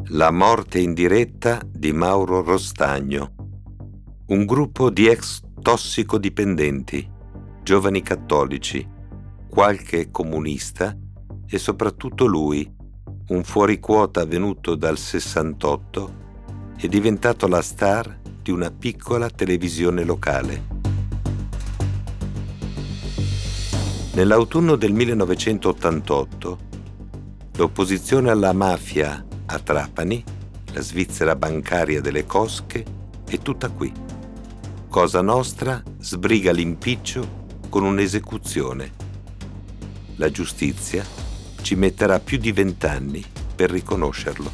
La morte in diretta di Mauro Rostagno. Un gruppo di ex tossicodipendenti, giovani cattolici, qualche comunista e soprattutto lui, un fuoriquota venuto dal 68 e diventato la star di una piccola televisione locale. Nell'autunno del 1988, l'opposizione alla mafia a Trapani, la Svizzera bancaria delle cosche, è tutta qui. Cosa Nostra sbriga l'impiccio con un'esecuzione. La giustizia ci metterà più di 20 anni per riconoscerlo.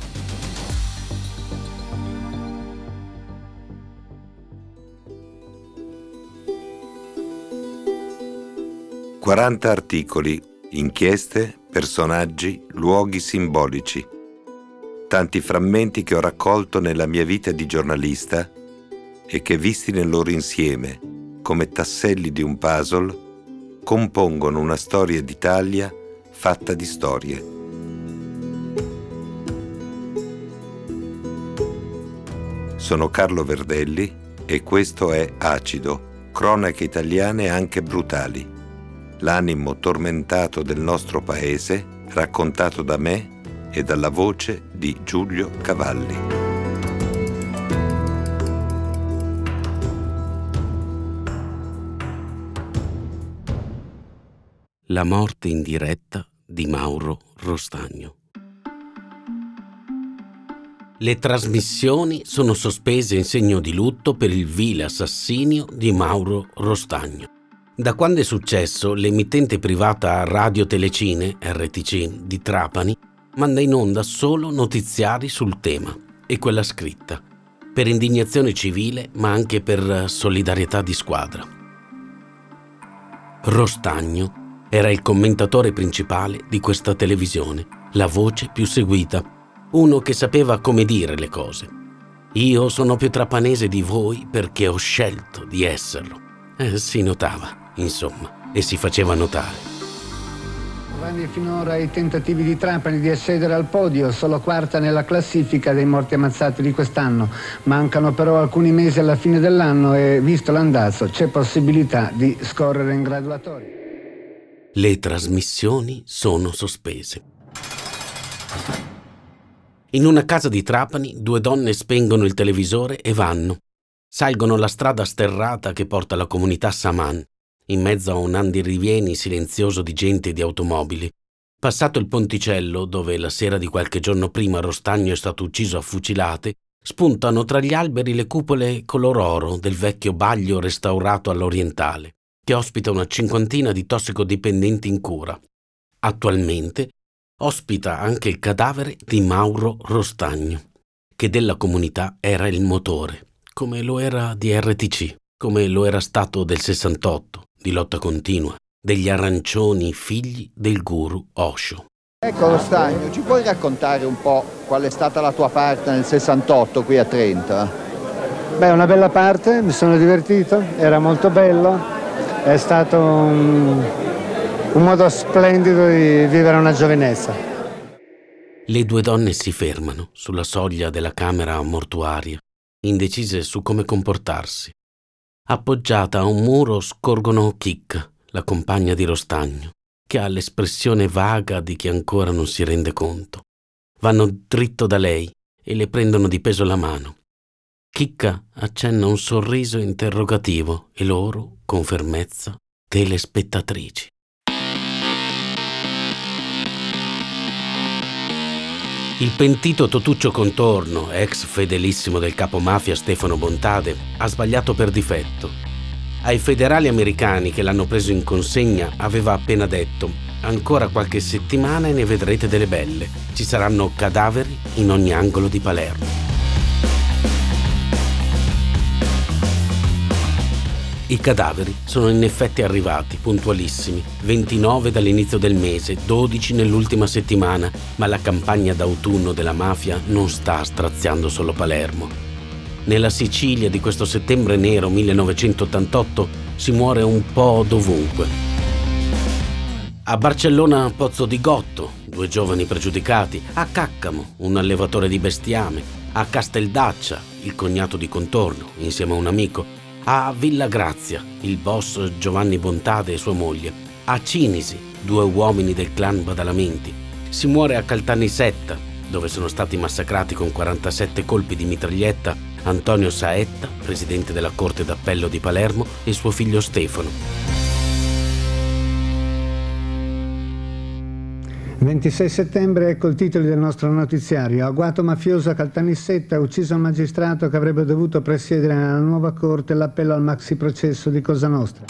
«40 articoli, inchieste, personaggi, luoghi simbolici. Tanti frammenti che ho raccolto nella mia vita di giornalista e che, visti nel loro insieme, come tasselli di un puzzle, compongono una storia d'Italia fatta di storie». Sono Carlo Verdelli e questo è Acido, cronache italiane anche brutali. L'animo tormentato del nostro paese, raccontato da me e dalla voce di Giulio Cavalli. La morte in diretta di Mauro Rostagno. Le trasmissioni sono sospese in segno di lutto per il vile assassinio di Mauro Rostagno. Da quando è successo, l'emittente privata Radio Telecine, RTC, di Trapani, manda in onda solo notiziari sul tema, e quella scritta, per indignazione civile ma anche per solidarietà di squadra. Rostagno era il commentatore principale di questa televisione, la voce più seguita, uno che sapeva come dire le cose. Io sono più trapanese di voi perché ho scelto di esserlo. Si notava. Insomma, e si faceva notare. Vanni finora i tentativi di Trapani di accedere al podio, solo quarta nella classifica dei morti ammazzati di quest'anno. Mancano però alcuni mesi alla fine dell'anno e, visto l'andazzo, c'è possibilità di scorrere in graduatoria. Le trasmissioni sono sospese. In una casa di Trapani, 2 donne spengono il televisore e vanno. Salgono la strada sterrata che porta alla comunità Saman, in mezzo a un andirivieni silenzioso di gente e di automobili. Passato il ponticello, dove la sera di qualche giorno prima Rostagno è stato ucciso a fucilate, spuntano tra gli alberi le cupole color oro del vecchio baglio restaurato all'orientale, che ospita una 50 di tossicodipendenti in cura. Attualmente ospita anche il cadavere di Mauro Rostagno, che della comunità era il motore, come lo era di RTC, come lo era stato del 68, di Lotta Continua, degli arancioni figli del guru Osho. Ecco Rostagno, ci puoi raccontare un po' qual è stata la tua parte nel 68 qui a Trento? Beh, una bella parte, mi sono divertito, era molto bello, è stato un modo splendido di vivere una giovinezza. Le 2 donne si fermano sulla soglia della camera mortuaria, indecise su come comportarsi. Appoggiata a un muro scorgono Chicca, la compagna di Rostagno, che ha l'espressione vaga di chi ancora non si rende conto. Vanno dritto da lei e le prendono di peso la mano. Chicca accenna un sorriso interrogativo e loro, con fermezza, telespettatrici. Il pentito Totuccio Contorno, ex fedelissimo del capomafia Stefano Bontade, ha sbagliato per difetto. Ai federali americani che l'hanno preso in consegna aveva appena detto: ancora qualche settimana e ne vedrete delle belle. Ci saranno cadaveri in ogni angolo di Palermo. I cadaveri sono in effetti arrivati, puntualissimi, 29 dall'inizio del mese, 12 nell'ultima settimana, ma la campagna d'autunno della mafia non sta straziando solo Palermo. Nella Sicilia di questo settembre nero 1988 si muore un po' dovunque. A Barcellona Pozzo di Gotto, 2 giovani pregiudicati. A Caccamo, un allevatore di bestiame. A Casteldaccia, il cognato di Contorno, insieme a un amico. A Villa Grazia, il boss Giovanni Bontade e sua moglie. A Cinisi, 2 uomini del clan Badalamenti. Si muore a Caltanissetta, dove sono stati massacrati con 47 colpi di mitraglietta Antonio Saetta, presidente della Corte d'Appello di Palermo, e suo figlio Stefano. 26 settembre, ecco il titolo del nostro notiziario. Agguato mafioso a Caltanissetta, ucciso il magistrato che avrebbe dovuto presiedere nella nuova corte l'appello al maxi processo di Cosa Nostra.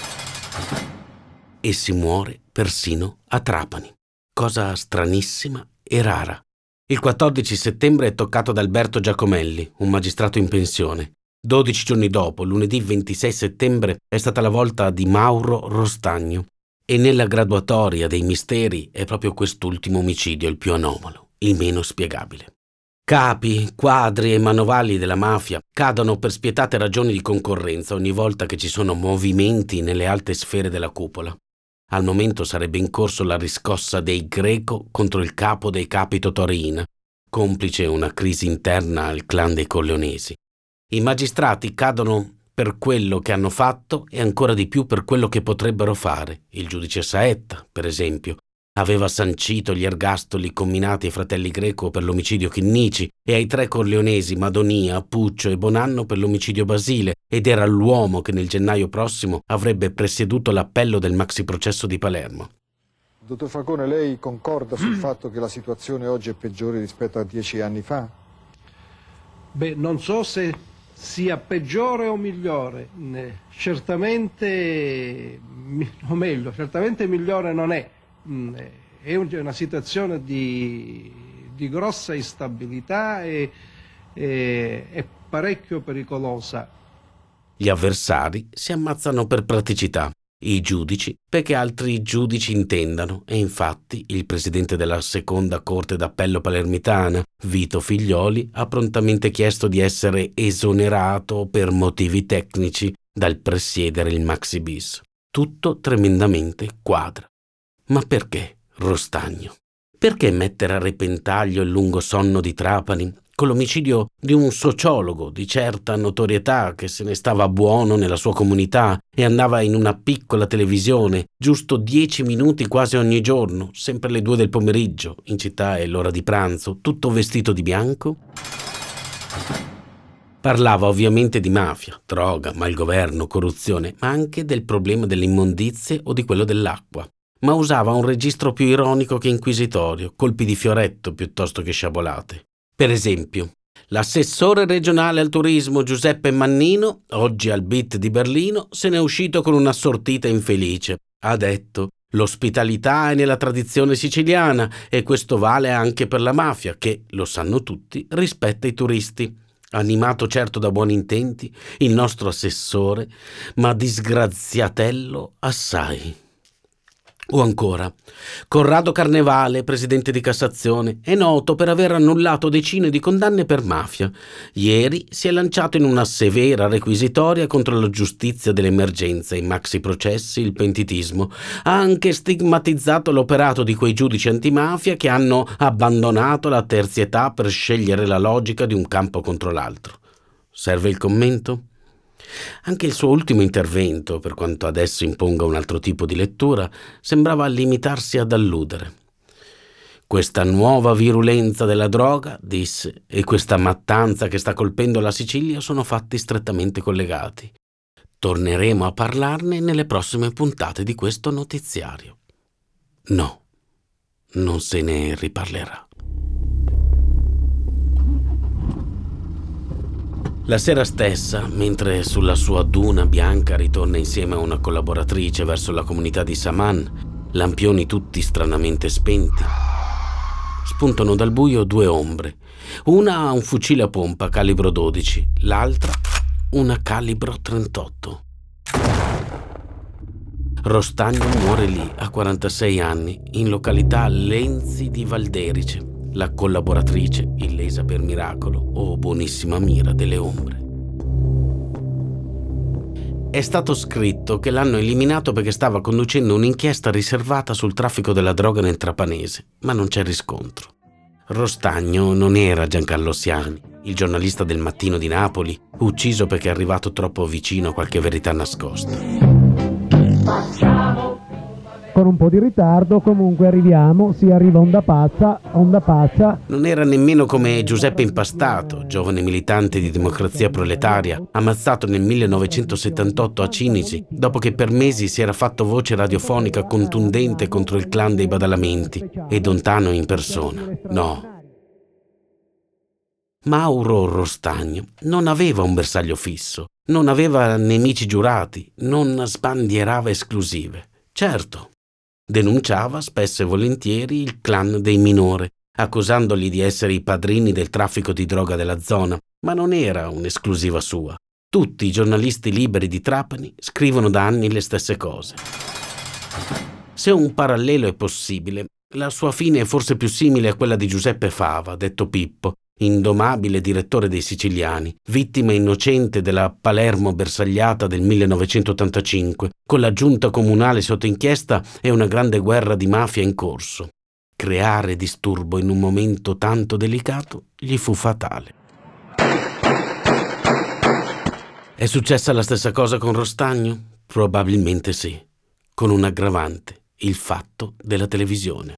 E si muore persino a Trapani. Cosa stranissima e rara. Il 14 settembre è toccato ad Alberto Giacomelli, un magistrato in pensione. 12 giorni dopo, lunedì 26 settembre, è stata la volta di Mauro Rostagno. E nella graduatoria dei misteri è proprio quest'ultimo omicidio il più anomalo, il meno spiegabile. Capi, quadri e manovali della mafia cadono per spietate ragioni di concorrenza ogni volta che ci sono movimenti nelle alte sfere della cupola. Al momento sarebbe in corso la riscossa dei Greco contro il capo dei capi Totorina, complice una crisi interna al clan dei Corleonesi. I magistrati cadono per quello che hanno fatto e ancora di più per quello che potrebbero fare. Il giudice Saetta, per esempio, aveva sancito gli ergastoli comminati ai fratelli Greco per l'omicidio Chinnici e ai 3 corleonesi Madonia, Puccio e Bonanno per l'omicidio Basile, ed era l'uomo che nel gennaio prossimo avrebbe presieduto l'appello del maxi processo di Palermo. Dottor Falcone, lei concorda sul fatto che la situazione oggi è peggiore rispetto a 10 anni fa? Beh, non so se sia peggiore o migliore, certamente, o meglio, certamente migliore non è. È una situazione di grossa instabilità e è parecchio pericolosa. Gli avversari si ammazzano per praticità, i giudici perché altri giudici intendano, e infatti il presidente della seconda corte d'appello palermitana, Vito Figlioli, ha prontamente chiesto di essere esonerato per motivi tecnici dal presiedere il maxi bis. Tutto tremendamente quadra. Ma perché Rostagno? Perché mettere a repentaglio il lungo sonno di Trapani con l'omicidio di un sociologo di certa notorietà che se ne stava buono nella sua comunità e andava in una piccola televisione giusto 10 minuti quasi ogni giorno, sempre alle 2 del pomeriggio, in città è l'ora di pranzo, tutto vestito di bianco? Parlava ovviamente di mafia, droga, malgoverno, corruzione, ma anche del problema delle immondizie o di quello dell'acqua. Ma usava un registro più ironico che inquisitorio, colpi di fioretto piuttosto che sciabolate. Per esempio, l'assessore regionale al turismo Giuseppe Mannino, oggi al BIT di Berlino, se n'è uscito con una sortita infelice. Ha detto: l'ospitalità è nella tradizione siciliana e questo vale anche per la mafia che, lo sanno tutti, rispetta i turisti. Animato certo da buoni intenti, il nostro assessore, ma disgraziatello assai. O ancora, Corrado Carnevale, presidente di Cassazione, è noto per aver annullato decine di condanne per mafia. Ieri si è lanciato in una severa requisitoria contro la giustizia dell'emergenza, i maxi processi, il pentitismo. Ha anche stigmatizzato l'operato di quei giudici antimafia che hanno abbandonato la terzietà per scegliere la logica di un campo contro l'altro. Serve il commento? Anche il suo ultimo intervento, per quanto adesso imponga un altro tipo di lettura, sembrava limitarsi ad alludere. Questa nuova virulenza della droga, disse, e questa mattanza che sta colpendo la Sicilia sono fatti strettamente collegati. Torneremo a parlarne nelle prossime puntate di questo notiziario. No, non se ne riparlerà. La sera stessa, mentre sulla sua duna bianca ritorna insieme a una collaboratrice verso la comunità di Saman, lampioni tutti stranamente spenti, spuntano dal buio 2 ombre. Una ha un fucile a pompa calibro 12, l'altra una calibro 38. Rostagno muore lì a 46 anni, in località Lenzi di Valderice. La collaboratrice, illesa per miracolo, o buonissima mira delle ombre. È stato scritto che l'hanno eliminato perché stava conducendo un'inchiesta riservata sul traffico della droga nel Trapanese, ma non c'è riscontro. Rostagno non era Giancarlo Siani, il giornalista del Mattino di Napoli, ucciso perché è arrivato troppo vicino a qualche verità nascosta. Con un po' di ritardo comunque si arriva a Onda Pazza. Non era nemmeno come Giuseppe Impastato, giovane militante di Democrazia Proletaria, ammazzato nel 1978 a Cinisi, dopo che per mesi si era fatto voce radiofonica contundente contro il clan dei Badalamenti, e Dontano in persona. No. Mauro Rostagno non aveva un bersaglio fisso, non aveva nemici giurati, non sbandierava esclusive. Certo, denunciava spesso e volentieri il clan dei Minore, accusandoli di essere i padrini del traffico di droga della zona, ma non era un'esclusiva sua. Tutti i giornalisti liberi di Trapani scrivono da anni le stesse cose. Se un parallelo è possibile, la sua fine è forse più simile a quella di Giuseppe Fava, detto Pippo, indomabile direttore dei Siciliani, vittima innocente della Palermo bersagliata del 1985, con la giunta comunale sotto inchiesta e una grande guerra di mafia in corso. Creare disturbo in un momento tanto delicato gli fu fatale. È successa la stessa cosa con Rostagno? Probabilmente sì, con un aggravante, il fatto della televisione.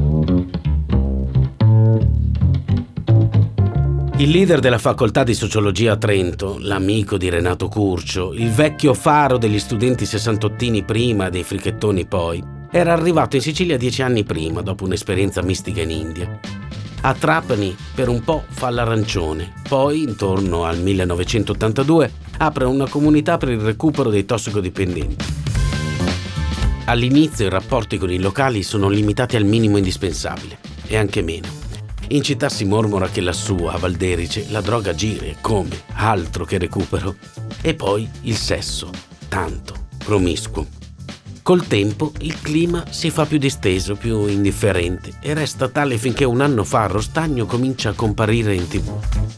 Il leader della facoltà di sociologia a Trento, l'amico di Renato Curcio, il vecchio faro degli studenti sessantottini prima e dei frichettoni poi, era arrivato in Sicilia 10 anni prima, dopo un'esperienza mistica in India. A Trapani per un po' fa l'arancione, poi, intorno al 1982, apre una comunità per il recupero dei tossicodipendenti. All'inizio i rapporti con i locali sono limitati al minimo indispensabile, e anche meno. In città si mormora che lassù, a Valderice, la droga gira, come, altro che recupero. E poi il sesso, tanto, promiscuo. Col tempo il clima si fa più disteso, più indifferente, e resta tale finché un anno fa Rostagno comincia a comparire in TV.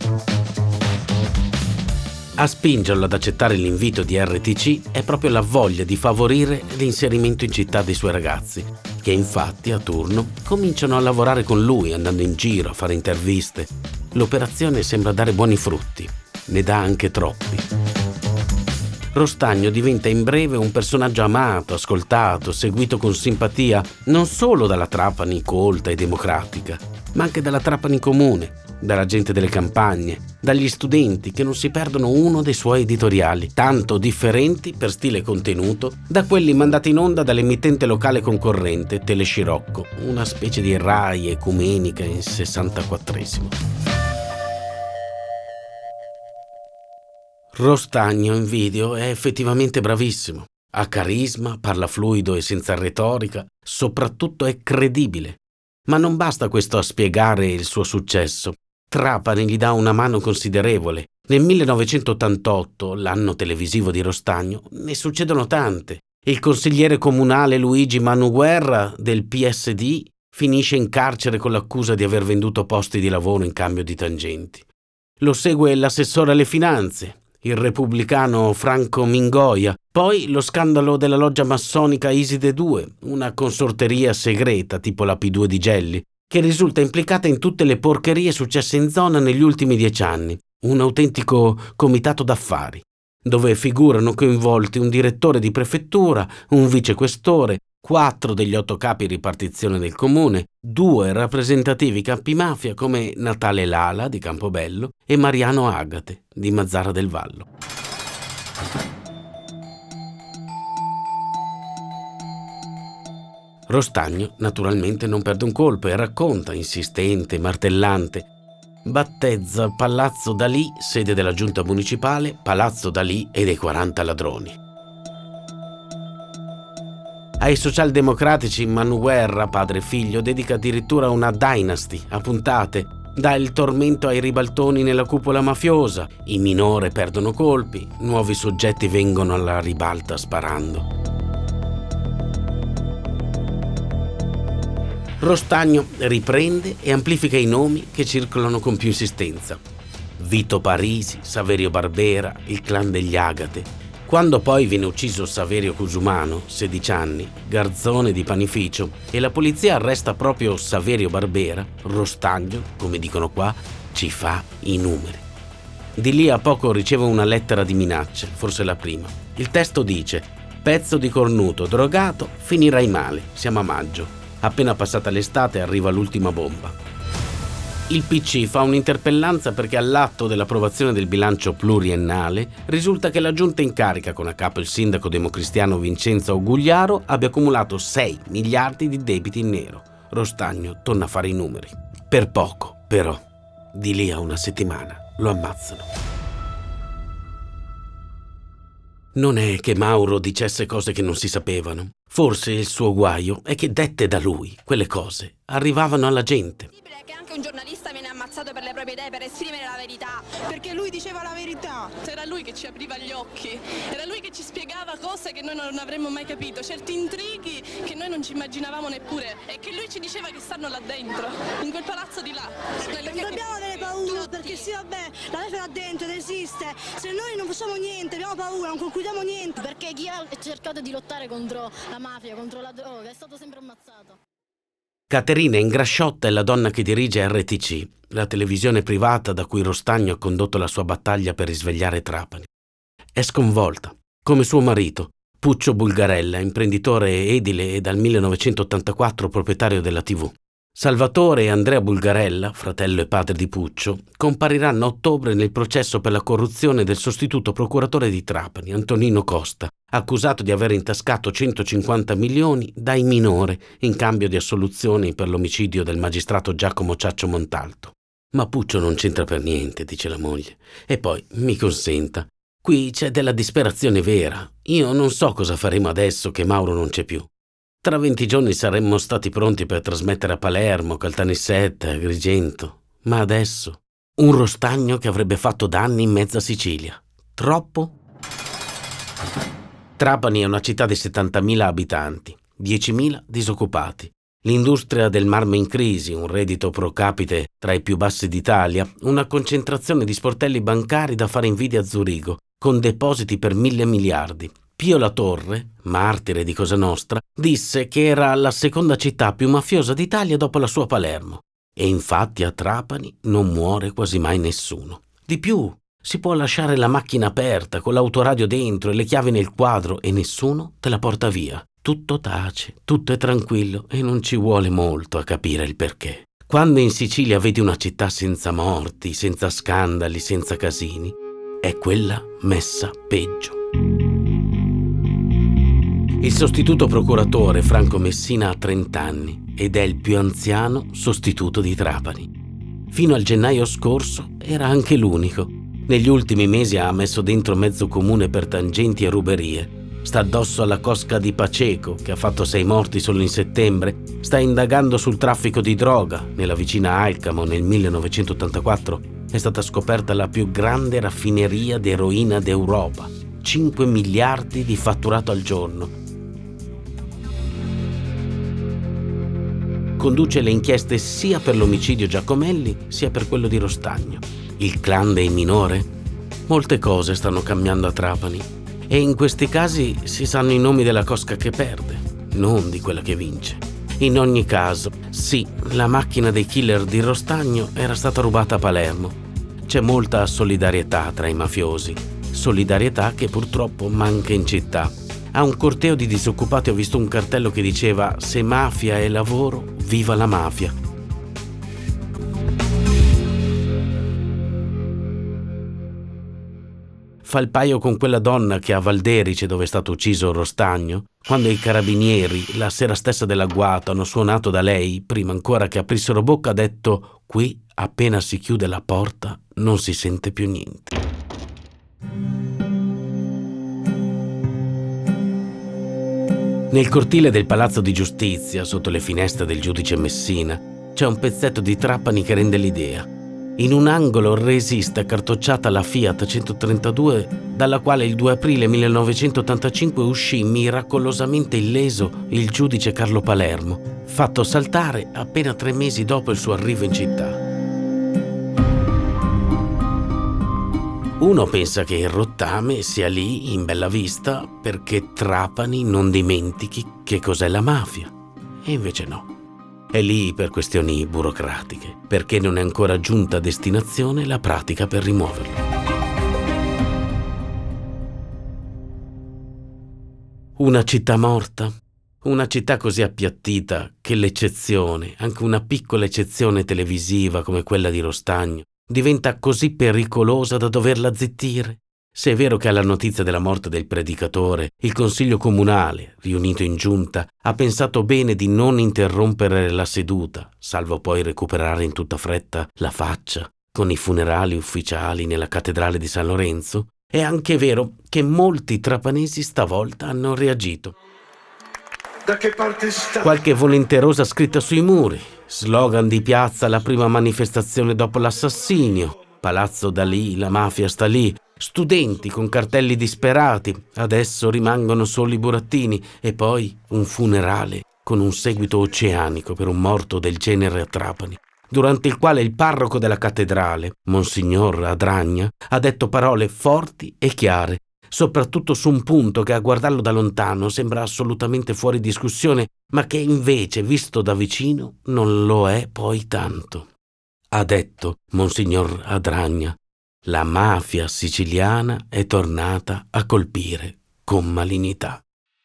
A spingerlo ad accettare l'invito di RTC è proprio la voglia di favorire l'inserimento in città dei suoi ragazzi, che infatti a turno cominciano a lavorare con lui, andando in giro a fare interviste. L'operazione sembra dare buoni frutti, ne dà anche troppi. Rostagno diventa in breve un personaggio amato, ascoltato, seguito con simpatia, non solo dalla Trapani colta e democratica, ma anche dalla Trapani comune, dalla gente delle campagne, dagli studenti che non si perdono uno dei suoi editoriali, tanto differenti per stile e contenuto da quelli mandati in onda dall'emittente locale concorrente Telescirocco, una specie di Rai ecumenica in 64esimo. Rostagno in video è effettivamente bravissimo, ha carisma, parla fluido e senza retorica, soprattutto è credibile. Ma non basta questo a spiegare il suo successo. Trapani gli dà una mano considerevole. Nel 1988, l'anno televisivo di Rostagno, ne succedono tante. Il consigliere comunale Luigi Manuguerra del PSD finisce in carcere con l'accusa di aver venduto posti di lavoro in cambio di tangenti. Lo segue l'assessore alle finanze, il repubblicano Franco Mingoia, poi lo scandalo della loggia massonica Iside 2, una consorteria segreta tipo la P2 di Gelli, che risulta implicata in tutte le porcherie successe in zona negli ultimi 10 anni, un autentico comitato d'affari, dove figurano coinvolti un direttore di prefettura, un vicequestore, 4 degli 8 capi ripartizione del comune, 2 rappresentativi capi mafia come Natale Lala di Campobello e Mariano Agate di Mazzara del Vallo. Rostagno naturalmente non perde un colpo e racconta, insistente, martellante. Battezza Palazzo Dalì, sede della giunta municipale, Palazzo Dalì e dei 40 ladroni. Ai socialdemocratici Manuguerra, padre e figlio, dedica addirittura una dynasty a puntate, dà il tormento ai ribaltoni nella cupola mafiosa, i Minore perdono colpi, nuovi soggetti vengono alla ribalta sparando. Rostagno riprende e amplifica i nomi che circolano con più insistenza. Vito Parisi, Saverio Barbera, il clan degli Agate, Quando poi viene ucciso Saverio Cusumano, 16 anni, garzone di panificio, e la polizia arresta proprio Saverio Barbera, Rostagno, come dicono qua, ci fa i numeri. Di lì a poco riceve una lettera di minacce, forse la prima. Il testo dice: pezzo di cornuto, drogato, finirai male, siamo a maggio. Appena passata l'estate arriva l'ultima bomba. Il PC fa un'interpellanza perché all'atto dell'approvazione del bilancio pluriennale risulta che la giunta in carica, con a capo il sindaco democristiano Vincenzo Augugliaro, abbia accumulato 6 miliardi di debiti in nero. Rostagno torna a fare i numeri. Per poco, però. Di lì a una settimana lo ammazzano. Non è che Mauro dicesse cose che non si sapevano. Forse il suo guaio è che dette da lui quelle cose arrivavano alla gente. Che anche un giornalista viene ammazzato per le proprie idee, per esprimere la verità, perché lui diceva la verità. Era lui che ci apriva gli occhi, era lui che ci spiegava cose che noi non avremmo mai capito, certi intrighi che noi non ci immaginavamo neppure, e che lui ci diceva che stanno là dentro, in quel palazzo di là. Non dobbiamo avere paura, perché sì, vabbè, la mafia là dentro ed esiste. Se noi non facciamo niente, abbiamo paura, non concludiamo niente. Perché chi ha cercato di lottare contro la mafia, contro la droga, è stato sempre ammazzato. Caterina Ingrasciotta è la donna che dirige RTC, la televisione privata da cui Rostagno ha condotto la sua battaglia per risvegliare Trapani. È sconvolta, come suo marito, Puccio Bulgarella, imprenditore edile e dal 1984 proprietario della TV. Salvatore e Andrea Bulgarella, fratello e padre di Puccio, compariranno a ottobre nel processo per la corruzione del sostituto procuratore di Trapani, Antonino Costa, accusato di aver intascato 150 milioni dai minore in cambio di assoluzioni per l'omicidio del magistrato Giacomo Ciaccio Montalto. Ma Puccio non c'entra per niente, dice la moglie. E poi, mi consenta, qui c'è della disperazione vera. Io non so cosa faremo adesso che Mauro non c'è più. Tra 20 giorni saremmo stati pronti per trasmettere a Palermo, Caltanissetta, Agrigento. Ma adesso? Un Rostagno che avrebbe fatto danni in mezza Sicilia. Troppo? Trapani è una città di 70.000 abitanti, 10.000 disoccupati. L'industria del marmo in crisi, un reddito pro capite tra i più bassi d'Italia, una concentrazione di sportelli bancari da fare invidia a Zurigo, con depositi per 1.000 miliardi. Pio La Torre, martire di Cosa Nostra, disse che era la seconda città più mafiosa d'Italia dopo la sua Palermo. E infatti a Trapani non muore quasi mai nessuno. Di più, si può lasciare la macchina aperta con l'autoradio dentro e le chiavi nel quadro e nessuno te la porta via. Tutto tace, tutto è tranquillo e non ci vuole molto a capire il perché. Quando in Sicilia vedi una città senza morti, senza scandali, senza casini, è quella messa peggio. Il sostituto procuratore Franco Messina ha 30 anni ed è il più anziano sostituto di Trapani. Fino al gennaio scorso era anche l'unico. Negli ultimi mesi ha messo dentro mezzo comune per tangenti e ruberie. Sta addosso alla cosca di Paceco, che ha fatto 6 morti solo in settembre. Sta indagando sul traffico di droga. Nella vicina Alcamo, nel 1984, è stata scoperta la più grande raffineria di eroina d'Europa. 5 miliardi di fatturato al giorno. Conduce le inchieste sia per l'omicidio Giacomelli sia per quello di Rostagno. Il clan dei minore? Molte cose stanno cambiando a Trapani e in questi casi si sanno i nomi della cosca che perde, non di quella che vince. In ogni caso, sì, la macchina dei killer di Rostagno era stata rubata a Palermo. C'è molta solidarietà tra i mafiosi, solidarietà che purtroppo manca in città. A un corteo di disoccupati ho visto un cartello che diceva: se mafia è lavoro, viva la mafia. Fa il paio con quella donna che a Valderice, dove è stato ucciso Rostagno, quando i carabinieri, la sera stessa dell'agguato, hanno suonato da lei, prima ancora che aprissero bocca, ha detto: qui appena si chiude la porta non si sente più niente. Nel cortile del Palazzo di Giustizia, sotto le finestre del giudice Messina, c'è un pezzetto di Trapani che rende l'idea. In un angolo resiste accartocciata la Fiat 132, dalla quale il 2 aprile 1985 uscì miracolosamente illeso il giudice Carlo Palermo, fatto saltare appena 3 mesi dopo il suo arrivo in città. Uno pensa che il rottame sia lì in bella vista perché Trapani non dimentichi che cos'è la mafia. E invece no. È lì per questioni burocratiche, perché non è ancora giunta a destinazione la pratica per rimuoverlo. Una città morta? Una città così appiattita che l'eccezione, anche una piccola eccezione televisiva come quella di Rostagno, diventa così pericolosa da doverla zittire? Se è vero che alla notizia della morte del predicatore, il Consiglio Comunale, riunito in giunta, ha pensato bene di non interrompere la seduta, salvo poi recuperare in tutta fretta la faccia, con i funerali ufficiali nella cattedrale di San Lorenzo, è anche vero che molti trapanesi stavolta hanno reagito. Da che parte sta? Qualche volenterosa scritta sui muri, slogan di piazza alla prima manifestazione dopo l'assassinio, Palazzo Dalì, la mafia sta lì, studenti con cartelli disperati, adesso rimangono soli i burattini, e poi un funerale con un seguito oceanico per un morto del genere a Trapani, durante il quale il parroco della cattedrale, Monsignor Adragna, ha detto parole forti e chiare, soprattutto su un punto che a guardarlo da lontano sembra assolutamente fuori discussione, ma che invece, visto da vicino, non lo è poi tanto. Ha detto Monsignor Adragna: la mafia siciliana è tornata a colpire con malignità.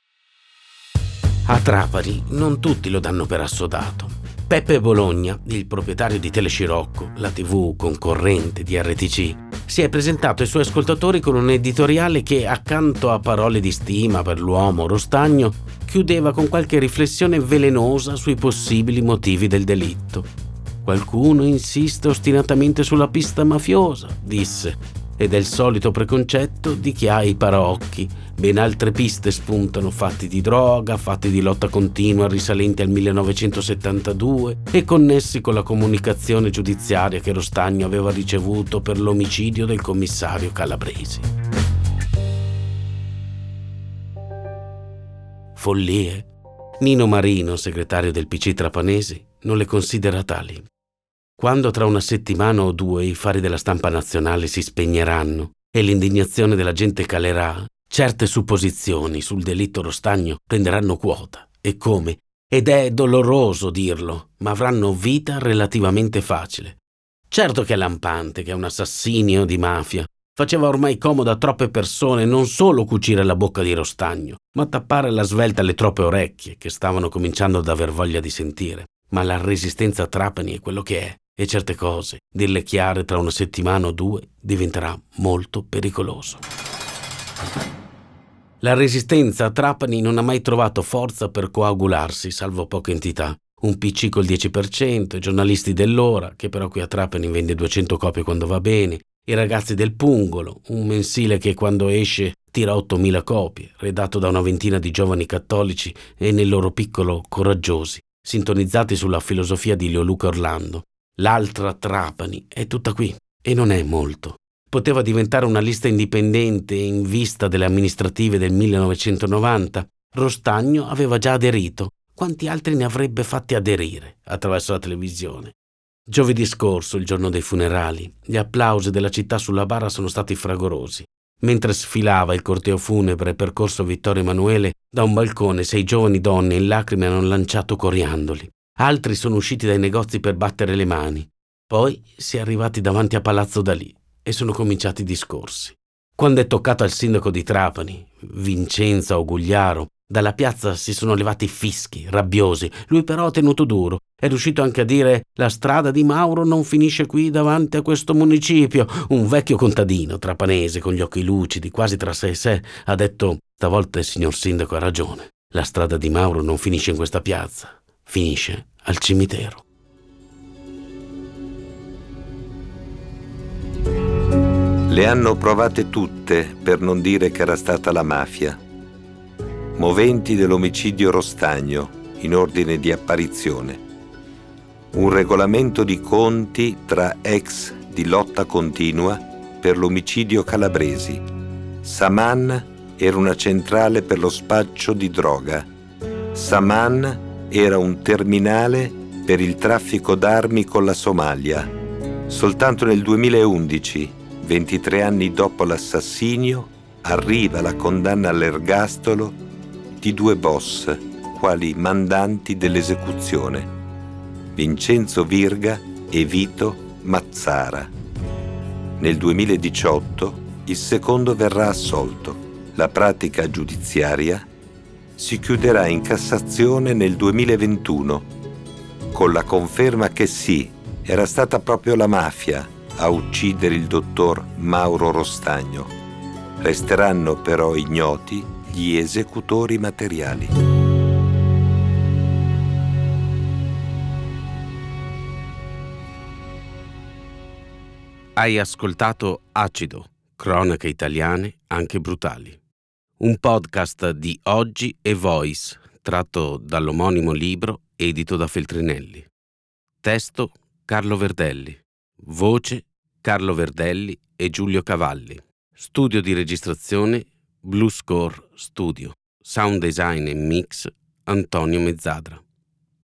A Trapani non tutti lo danno per assodato. Peppe Bologna, il proprietario di Telescirocco, la TV concorrente di RTC, si è presentato ai suoi ascoltatori con un editoriale che, accanto a parole di stima per l'uomo Rostagno, chiudeva con qualche riflessione velenosa sui possibili motivi del delitto. Qualcuno insiste ostinatamente sulla pista mafiosa, disse, ed è il solito preconcetto di chi ha i paraocchi. Ben altre piste spuntano, fatti di droga, fatti di lotta continua risalenti al 1972 e connessi con la comunicazione giudiziaria che Rostagno aveva ricevuto per l'omicidio del commissario Calabresi. Follie? Nino Marino, segretario del PC trapanese, non le considera tali. Quando tra una settimana o due i fari della stampa nazionale si spegneranno e l'indignazione della gente calerà, certe supposizioni sul delitto Rostagno prenderanno quota. E come? Ed è doloroso dirlo, ma avranno vita relativamente facile. Certo che è lampante, che è un assassinio di mafia. Faceva ormai comodo a troppe persone non solo cucire la bocca di Rostagno, ma tappare alla svelta le troppe orecchie che stavano cominciando ad aver voglia di sentire. Ma la resistenza a Trapani è quello che è. E certe cose, dirle chiare tra una settimana o due, diventerà molto pericoloso. La resistenza a Trapani non ha mai trovato forza per coagularsi, salvo poche entità. Un PC col 10%, giornalisti dell'Ora, che però qui a Trapani vende 200 copie quando va bene, i ragazzi del Pungolo, un mensile che quando esce tira 8.000 copie, redatto da una ventina di giovani cattolici e nel loro piccolo coraggiosi, sintonizzati sulla filosofia di Leoluca Orlando. L'altra Trapani è tutta qui, e non è molto. Poteva diventare una lista indipendente in vista delle amministrative del 1990. Rostagno aveva già aderito. Quanti altri ne avrebbe fatti aderire attraverso la televisione? Giovedì scorso, il giorno dei funerali, gli applausi della città sulla bara sono stati fragorosi. Mentre sfilava il corteo funebre percorso Vittorio Emanuele, da un balcone 6 giovani donne in lacrime hanno lanciato coriandoli. Altri sono usciti dai negozi per battere le mani. Poi si è arrivati davanti a Palazzo Dalì e sono cominciati i discorsi. Quando è toccato al sindaco di Trapani, Vincenzo Augugliaro, dalla piazza si sono levati fischi, rabbiosi. Lui però ha tenuto duro. È riuscito anche a dire: la strada di Mauro non finisce qui davanti a questo municipio. Un vecchio contadino trapanese con gli occhi lucidi, quasi tra sé e sé, ha detto: stavolta il signor sindaco ha ragione. La strada di Mauro non finisce in questa piazza. Finisce al cimitero. Le hanno provate tutte per non dire che era stata la mafia. Moventi dell'omicidio Rostagno in ordine di apparizione. Un regolamento di conti tra ex di lotta continua per l'omicidio Calabresi. Saman era una centrale per lo spaccio di droga. Saman era un terminale per il traffico d'armi con la Somalia. Soltanto nel 2011 23 anni dopo l'assassinio, arriva la condanna all'ergastolo di 2 boss quali mandanti dell'esecuzione, Vincenzo Virga e Vito Mazzara. Nel 2018 il secondo verrà assolto. La pratica giudiziaria si chiuderà in Cassazione nel 2021 con la conferma che sì, era stata proprio la mafia a uccidere il dottor Mauro Rostagno. Resteranno però ignoti gli esecutori materiali. Hai ascoltato Acido, cronache italiane anche brutali. Un podcast di Oggi e Voice, tratto dall'omonimo libro edito da Feltrinelli. Testo Carlo Verdelli. Voce Carlo Verdelli e Giulio Cavalli. Studio di registrazione Blue Score Studio. Sound design e mix Antonio Mezzadra.